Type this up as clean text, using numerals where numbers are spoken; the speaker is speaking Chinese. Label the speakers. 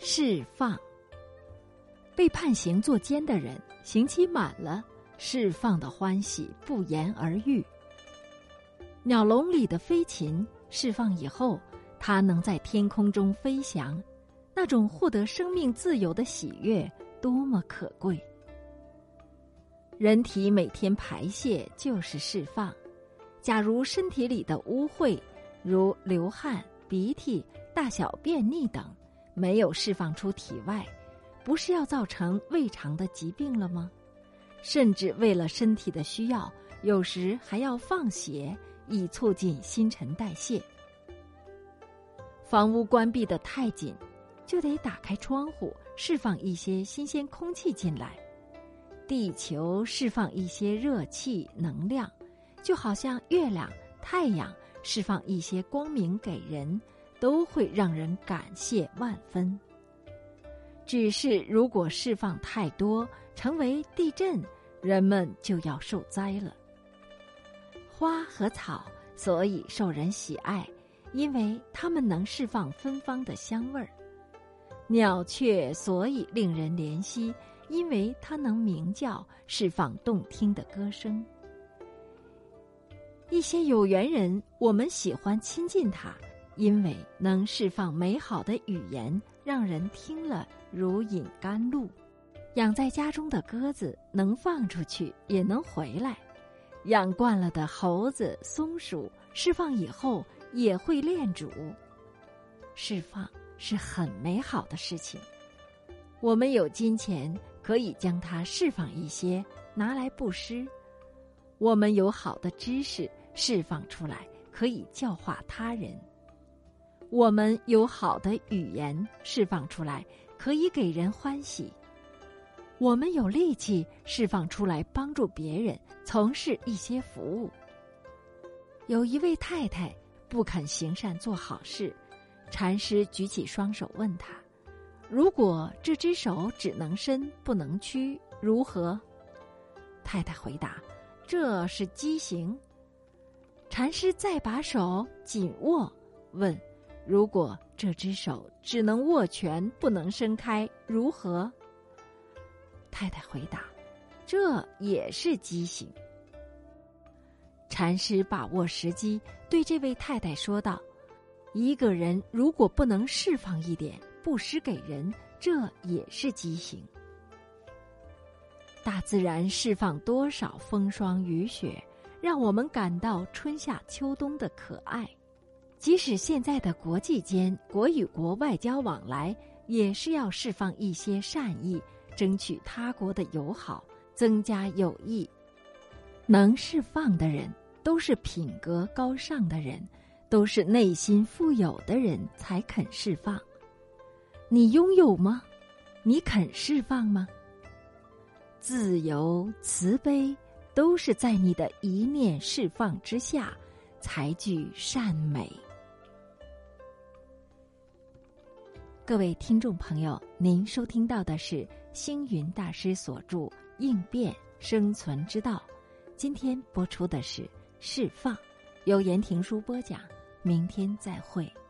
Speaker 1: 释放。被判刑坐监的人，刑期满了，释放的欢喜不言而喻。鸟笼里的飞禽释放以后，它能在天空中飞翔，那种获得生命自由的喜悦多么可贵。人体每天排泄就是释放，假如身体里的污秽，如流汗、鼻涕、大小便溺等，没有释放出体外，不是要造成胃肠的疾病了吗？甚至为了身体的需要，有时还要放血，以促进新陈代谢。房屋关闭得太紧，就得打开窗户，释放一些新鲜空气进来。地球释放一些热气能量，就好像月亮、太阳释放一些光明给人，都会让人感谢万分。只是如果释放太多，成为地震，人们就要受灾了。花和草所以受人喜爱，因为它们能释放芬芳的香味儿。鸟雀所以令人怜惜，因为它能鸣叫，释放动听的歌声。一些有缘人，我们喜欢亲近他，因为能释放美好的语言，让人听了如饮甘露。养在家中的鸽子能放出去也能回来，养惯了的猴子、松鼠释放以后也会恋主。释放是很美好的事情。我们有金钱，可以将它释放一些，拿来布施。我们有好的知识，释放出来，可以教化他人。我们有好的语言，释放出来，可以给人欢喜。我们有力气，释放出来帮助别人，从事一些服务。有一位太太不肯行善做好事，禅师举起双手问他，如果这只手只能伸不能屈，如何？太太回答，这是畸形。禅师再把手紧握，问，如果这只手只能握拳不能伸开，如何？太太回答，这也是畸形。禅师把握时机，对这位太太说道，一个人如果不能释放一点，布施给人，这也是畸形。大自然释放多少风霜雨雪，让我们感到春夏秋冬的可爱。即使现在的国际间国与国外交往来，也是要释放一些善意，争取他国的友好，增加友谊。能释放的人，都是品格高尚的人，都是内心富有的人才肯释放。你拥有吗？你肯释放吗？自由、慈悲，都是在你的一念释放之下，才具善美。各位听众朋友，您收听到的是星云大师所著《应变生存之道》，今天播出的是释放，由言庭书播讲，明天再会。